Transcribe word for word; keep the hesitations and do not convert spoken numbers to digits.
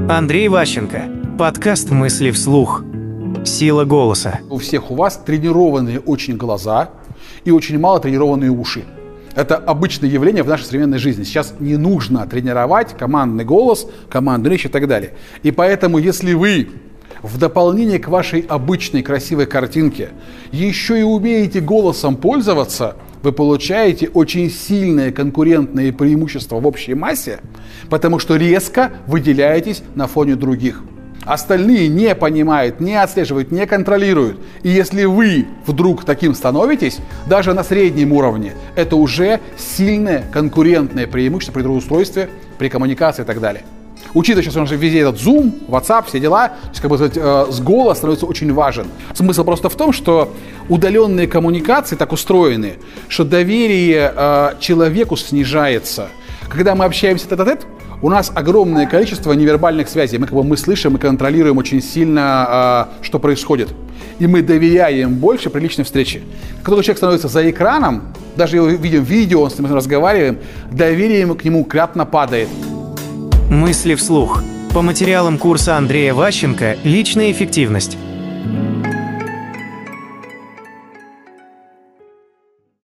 Андрей Ващенко. Подкаст «Мысли вслух». Сила голоса. У всех у вас тренированные очень глаза и очень мало тренированные уши. Это обычное явление в нашей современной жизни. Сейчас не нужно тренировать командный голос, командную речь и так далее. И поэтому, если вы в дополнение к вашей обычной красивой картинке еще и умеете голосом пользоваться, вы получаете очень сильное конкурентное преимущество в общей массе, потому что резко выделяетесь на фоне других. Остальные не понимают, не отслеживают, не контролируют. И если вы вдруг таким становитесь, даже на среднем уровне, это уже сильное конкурентное преимущество при трудоустройстве, при коммуникации и так далее. Учитывая, сейчас уже везде этот Zoom, WhatsApp, все дела, то есть, как бы сказать, э, с голос становится очень важен. Смысл просто в том, что удаленные коммуникации так устроены, что доверие э, человеку снижается. Когда мы общаемся тет-а-тет, у нас огромное количество невербальных связей. Мы, как бы, мы слышим, мы контролируем очень сильно, э, что происходит. И мы доверяем больше при личной встрече. Как только человек становится за экраном, даже его видим в видео, он с ним разговариваем, доверие к нему кратно падает. Мысли вслух. По материалам курса Андрея Ващенко «Личная эффективность».